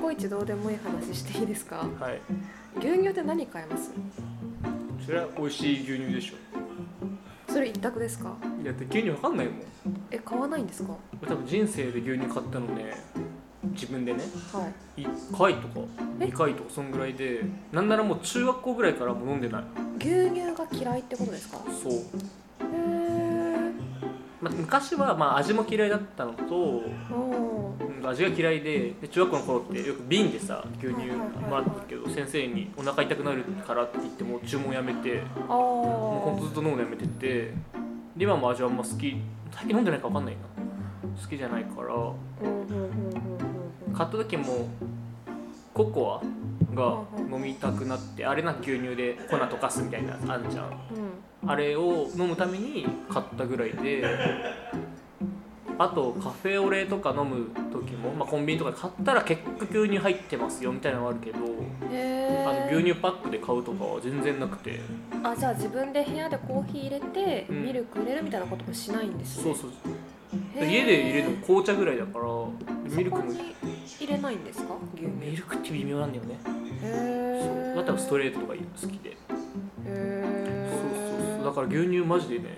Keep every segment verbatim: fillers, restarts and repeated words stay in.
コイチどうでもいい話していいですか？ はい。 牛乳って何買えます？ それは美味しい牛乳でしょ。 それ一択ですか？ いや、だって牛乳わかんないもん。 え、買わないんですか？ 多分人生で牛乳買ったのね、自分でね、 はい。 いっかいとかにかいとかそんぐらいで、なんならもう中学校ぐらいからもう飲んでない。 牛乳が嫌いってことですか？ そう。 へー。 まあ、昔はまあ味も嫌いだったのと、 おうん味が嫌い で, で中学校の頃ってよく瓶でさ牛乳もらったけど、先生にお腹痛くなるからって言っても注文やめて、 あもうほんーとずっと飲むのやめてて、で今も味はあんま好き、最近飲んでないか分かんないな、好きじゃないから。 うんうんうんうんうん。 買った時もココアが飲みたくなって、あれなんか牛乳で粉溶かすみたいなあんじゃん、 うん、 あれを飲むために買ったぐらいで、あとカフェオレとか飲む時も、まあ、コンビニとかで買ったら結構牛乳入ってますよみたいなのはあるけど、 へあの牛乳パックで買うとかは全然なくて。 あ、じゃあ自分で部屋でコーヒー入れて、 うんミルク入れるみたいなこともしないんですね。 そうそう、 へー家で入れるの紅茶ぐらいだから、ミルクもそこに入れないんですか？牛乳。 ミルクって微妙なんだよね。 へー。 そうだったらストレートとか好きで、 へー。 そうそうそう、だから牛乳マジでね、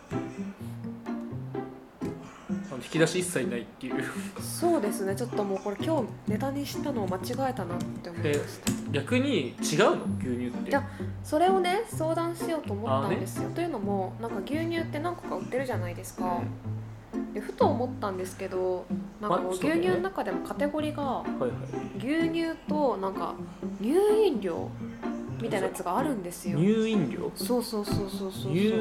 引き出し一切ないっていう。 そうですね、ちょっともうこれ今日ネタにしたのを間違えたなって思いました。 逆に違うの牛乳って。 いや、それをね相談しようと思ったんですよ、ね、というのもなんか牛乳って何個か売ってるじゃないですか、うん、でふと思ったんですけど、なんかもう牛乳の中でもカテゴリーが、はいはい、牛乳となんか乳飲料みたいなやつがあるんですよ。 乳飲料？ そうそうそうそうそうそう。 乳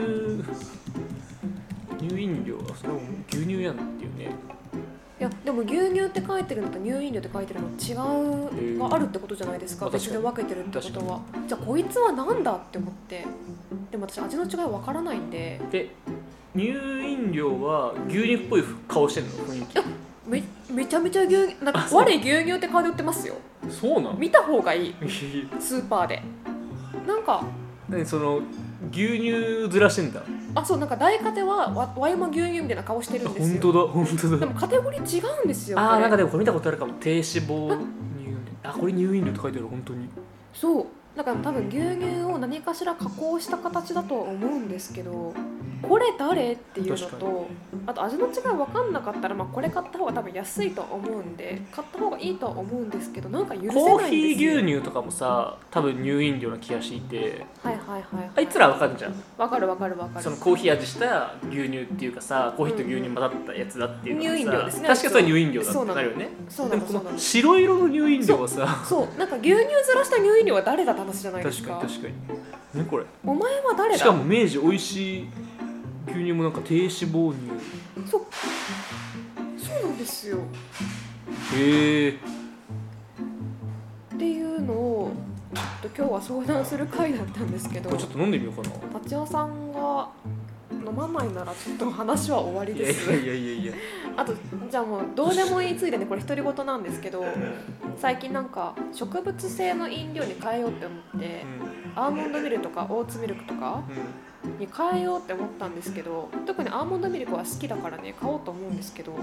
乳飲料はそれも牛乳やんっていうね。 いやでも牛乳って書いてるのと乳飲料って書いてるの違うがあるってことじゃないですか、別で分けてるってことは。じゃあこいつはなんだって思って、でも私味の違い分からないんで。 で乳飲料は牛乳っぽい顔してるの、雰囲気。 め, めちゃめちゃ牛乳なんか我牛乳って顔で売ってますよ。 そうなの？ 見た方がいいスーパーで。なんか何その牛乳ずらしてんだ。 あ、そう、なんか大カテはわワイも牛乳みたいな顔してるんですよ。 本当だ本当だ。 でもカテゴリー違うんですよ。 あー、なんかでもこれ見たことあるかも。低脂肪乳あこれ乳飲料って書いてある。本当にそうだから多分牛乳を何かしら加工した形だとは思うんですけど、これ誰っていうのと、あと味の違い分かんなかったら、まあ、これ買った方が多分安いとは思うんで買った方がいいとは思うんですけど、なんか許せないんですよ。 コーヒー牛乳とかもさ多分乳飲料な気がしていて、 はいはいはい、はい、 あいつら分かるじゃん。 分かる分かる分かる。 そのコーヒー味した牛乳っていうかさ、コーヒーと牛乳混ざったやつだっていうのがさ、 乳飲料ですね。 確かそれ乳飲料だってなるよね。 そうなの。 でもこの白色の乳飲料はさ、 そうそうなんか牛乳ずらした乳飲料は誰だって話じゃないですか。 確かに確かに。何これ。 お前は誰だ。 しかも明治おいしい牛乳もなんか低脂肪乳。 そうそうなんですよ。 へえ。 っていうのをちょっと今日は相談する回だったんですけど、 これちょっと飲んでみようかな。 達夫さんが飲まないならちょっと話は終わりです。 いやいやいやいや。 あとじゃあもうどうでもいいついでにこれ独り言なんですけど、最近なんか植物性の飲料に変えようって思って、うん、アーモンドミルクとかオーツミルクとかに変えようって思ったんですけど、特にアーモンドミルクは好きだからね買おうと思うんですけど、うん、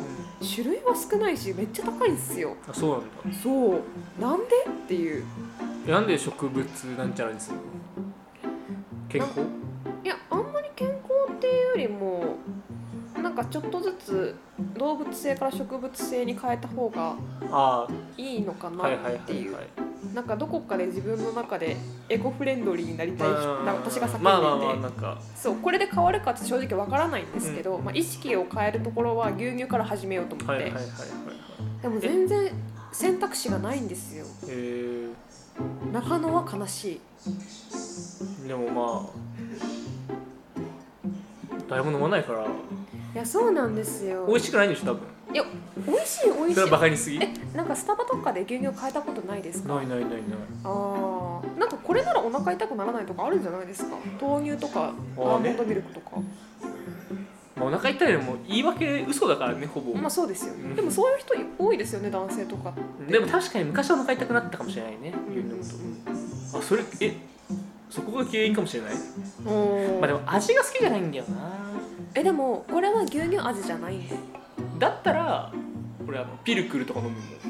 種類は少ないしめっちゃ高いんですよ。 あ、そうなんだ。 そうなんでっていう。 なんで植物なんちゃらにするの？健康？ いやあんまり健康っていうよりもなんかちょっとずつ動物性から植物性に変えた方がいいのかなっていう。なんかどこかで自分の中でエコフレンドリーになりたい私が叫んでいて、まあまあまあなんかそうこれで変わるかって正直わからないんですけど、うんまあ、意識を変えるところは牛乳から始めようと思って、はいはいはいはい、でも全然選択肢がないんですよ。へー、中野は悲しい。 でもまあ誰も飲まないから。いやそうなんですよ。 美味しくないんでしょ多分。いや美味しい美味しい。 それはバカにすぎ。 えなんかスタバとかで牛乳変えたことないですか？ ないないないない。 ああなんかこれならお腹痛くならないとかあるんじゃないですか？豆乳とかアーモンドミルクとか。 まあ、お腹痛いのも言い訳嘘だからねほぼ。 まあそうですよ、うん、でもそういう人多いですよね男性とかって。 でも確かに昔はお腹痛くなったかもしれないね牛乳飲むと。あそれえそこが原因かもしれない。まあでも味が好きじゃないんだよな。 えでもこれは牛乳味じゃないんで。 だったら俺あのピルクルとか飲むもん。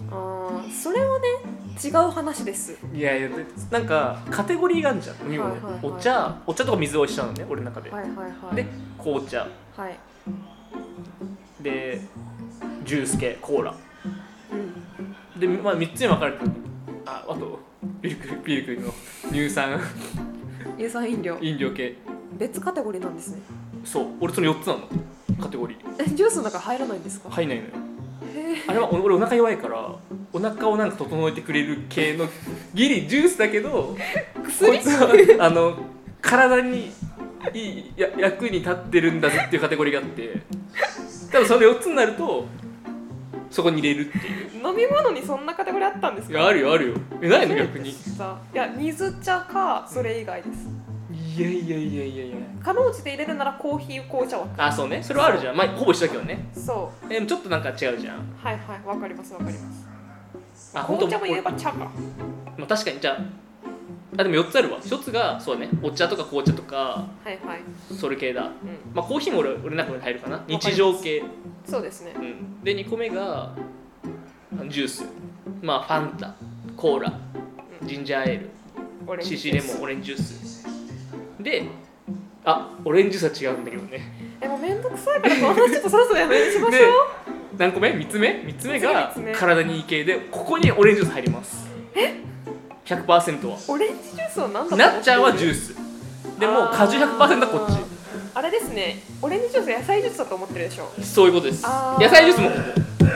ああ、それはね違う話です。 いやいや、なんかカテゴリーがあるじゃん、飲み物、はいはいはい、お茶お茶とか水をしちゃうのね俺の中で、 はいはいはい、 で紅茶、 はい、 でジュース系コーラ、 うん、 で、まあ、みっつに分かれてる。あ、あとピルクルピルクルの乳酸乳酸飲料飲料系別カテゴリーなんですね。 そう、俺そのよっつなのカテゴリー。 え、ジュースの中入らないんですか？ 入んないのよ。あれは俺お腹弱いからお腹をなんか整えてくれる系のギリジュースだけど薬あの体にいいや役に立ってるんだぜっていうカテゴリーがあって、多分そのよっつになるとそこに入れるっていう。 飲み物にそんなカテゴリーあったんですか？ いや、あるよあるよ。え、ないの逆に。いや、水茶かそれ以外です。 いやいやいやいやいや、 かろうじて入れるならコーヒー紅茶は。 あ、そうね、それはあるじゃん。まあほぼ一緒だけどね。 そう。 え、ちょっとなんか違うじゃん。 はいはい、わかりますわかります。 あ、 紅茶も言えば茶か。 まあ、確かに。じゃああ、でもよっつあるわ。ひとつがそうだね、お茶とか紅茶とか、 はいはい、 それ系だ、うん、まあコーヒーも俺俺の中に入るかな、日常系。 そうですね、 うん、でにこめがジュース、まあファンタ、コーラ、うん、ジンジャーエール、シーシーレモン、オレンジジュースで、あ、オレンジジュースは違うんだけどね。 え、もうめんどくさいからこの話ちょっとそろそろやめにしましょう。で何個目？みっつめ？みっつめが体にいい系で、ここにオレンジジュース入ります。 え？ ひゃくパーセント はオレンジジュースは何だと思ってる？ なっちゃんはジュースでも果汁 ひゃくパーセント はこっち。 あれですね、オレンジジュース野菜ジュースだと思ってるでしょ。 そういうことです。野菜ジュースもここ。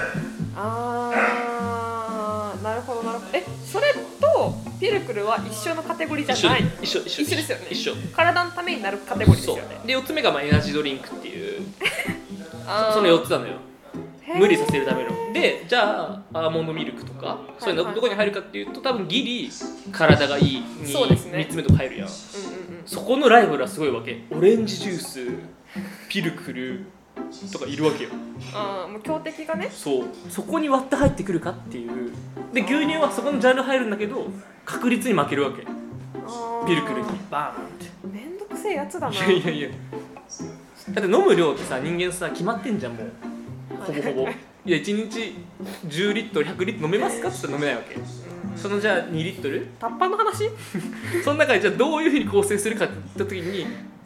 あー、なるほどなるほど。え、それとピルクルは一緒のカテゴリーじゃない？ 一緒一緒一緒ですよね。 一緒。 体のためになるカテゴリーですよね。 でよっつめがまあエナジードリンクっていうそ, そのよっつなのよ、無理させるための。で、じゃあアーモンドミルクとかそういうのどこに入るかっていうと、多分ギリ体がいいにみっつめとか入るやん。 そ,、うんうんうん、そこのライバルはすごいわけ。オレンジジュース、ピルクルとかいるわけよ。 ああ、もう強敵がね。 そう、そこに割って入ってくるかっていう。で牛乳はそこのジャンル入るんだけど確率に負けるわけ。ピルクルにバーンって。 めんどくせえやつだな。 いやいやいや、だって飲む量ってさ、人間さ決まってんじゃんもうほぼほぼ。いやいちにちじゅうリットルひゃくリットル飲めますかって言ったら飲めないわけ。そのじゃあにリットルタッパーの話その中でじゃあどういうふうに構成するかって言った時に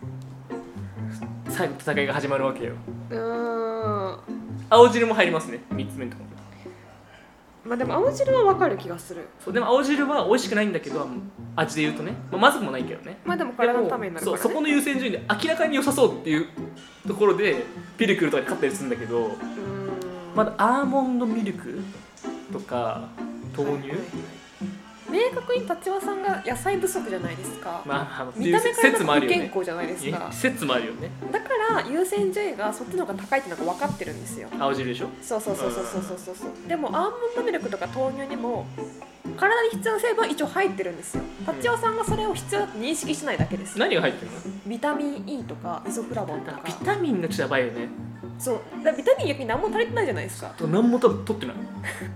最後戦いが始まるわけよ。 うーん、 青汁も入りますね、みっつめのところ。 まあでも青汁は分かる気がする。 そう、でも青汁は美味しくないんだけど、味で言うとね、まあ、まずくもないけどね。 まあでも体のためになるから、ね、 そう、そこの優先順位で明らかに良さそうっていうところでピルクルとかに勝ったりするんだけど、うーん、まだアーモンドミルクとか豆乳、はいはいはい、明確に立場さんが野菜不足じゃないですか。 まあ、 見た目から不健康じゃないですか。 説もあるよね。 だから優先順位がそっちの方が高いっていうのが分かってるんですよ。 青汁でしょ。 そうそうそうそうそうそうそう。でもアーモンドミルクとか豆乳にも体に必要な成分は一応入ってるんですよ。立場さんがそれを必要だと認識しないだけです。 何が入ってるの？ ビタミン E とかイソフラボンとか。 ビタミンがちょっとやばいよね。 そう、だビタミン逆に何も足りてないじゃないですか。 何も多分取ってない。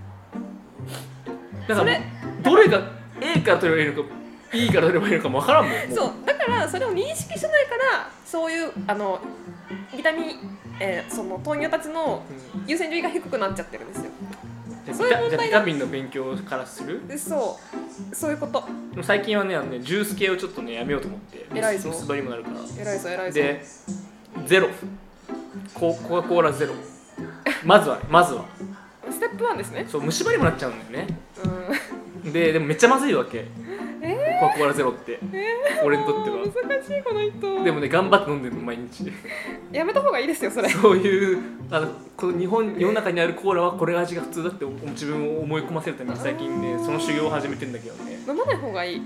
だからどれが A から取ればいいのか E から取ればいいのかも分からんもん。もうそうだからそれを認識してないからそういうあのビタミン、えー、その豆乳たちの優先順位が低くなっちゃってるんですよ。 うん、そういう問題。じゃあビタミンの勉強からする？ そうそういうこと。 でも最近はね、あのねジュース系をちょっとねやめようと思って。 偉いぞ。 結ばりもなるから。 偉いぞ偉いぞ。でゼロコカ・コーラゼロまずはねまずはステップワンですね。 そう、虫歯にもなっちゃうんだよね。 うん、 ででもめっちゃまずいわけ、 えー、 コカ・コーラゼロって、えー、俺にとっては難しいこの人。 でもね頑張って飲んでるの毎日。 やめた方がいいですよそれ。 そういうあのこの日本世の中にあるコーラはこれが味が普通だって自分を思い込ませるために最近ねその修行を始めてんだけどね。 飲まない方がいい。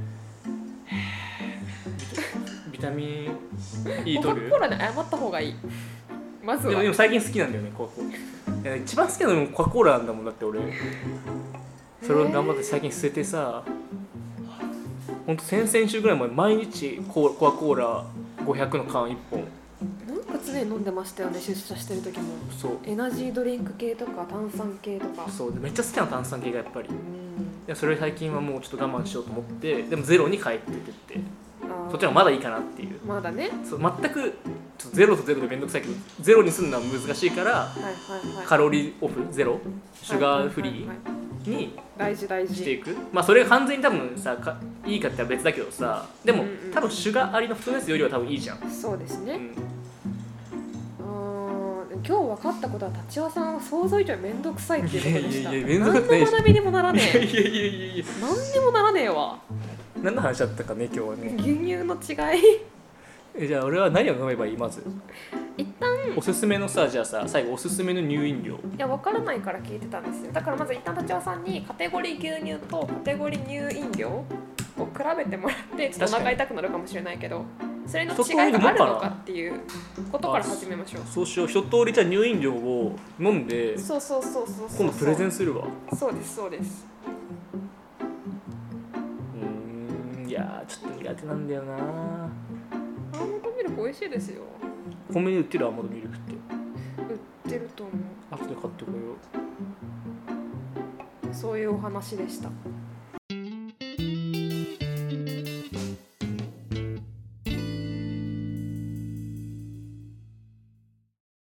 ビタミン E 取る？ コカ・コーラで謝った方がいい。まずは。 でも、でも最近好きなんだよねコカ・コーラ。一番好きなのもコカ・コーラなんだもん。だって俺それを頑張って最近捨ててさ、ほんと先々週ぐらい前毎日コカ・コーラごひゃくの缶いっぽんなんか常に飲んでましたよね。出社してる時も。 そう、 エナジードリンク系とか炭酸系とか。 そうでめっちゃ好きな炭酸系がやっぱり。いやそれ最近はもうちょっと我慢しようと思ってでもゼロに帰っててって、そっちはまだいいかなっていう。 まだね。そう全くちょっとゼロとゼロでめんどくさいけどゼロにするのは難しいから、はいはいはい、カロリーオフゼロシュガーフリーに大事大事していく。まあそれが完全に多分さかいいかっては別だけどさ、でも、 うんうん、 多分シュガーありの普通のやつよりは多分いいじゃん。 そうですね、 うん、 あ今日分かったことは立場さんは想像以上に面倒くさいっていうことでした。 いやいやいや面倒くさい。 何の学びにもならねえ。 いやいやいやいや何にもならねえわ。 何の話だったかね今日はね。 牛乳の違いえじゃあ俺は何を飲めばいい？まず一旦おすすめのさ、じゃあさ最後おすすめの乳飲料。 いや分からないから聞いてたんですよ。だからまず一旦立場さんにカテゴリー牛乳とカテゴリー乳飲料を比べてもらって、ちょっとお腹痛くなるかもしれないけど、それの違いがあるのかっていうことから始めましょう。 そうしよう。一通りじゃあ乳飲料を飲んで、 そうそうそうそうそう、 今度プレゼンするわ。 そうですそうです。 うーん、いやちょっと苦手なんだよな。 アーモンドミルク美味しいですよ。 コンビニ売ってるアーモンドミルクって売ってると思う。 後で買ってこよう。そういうお話でした。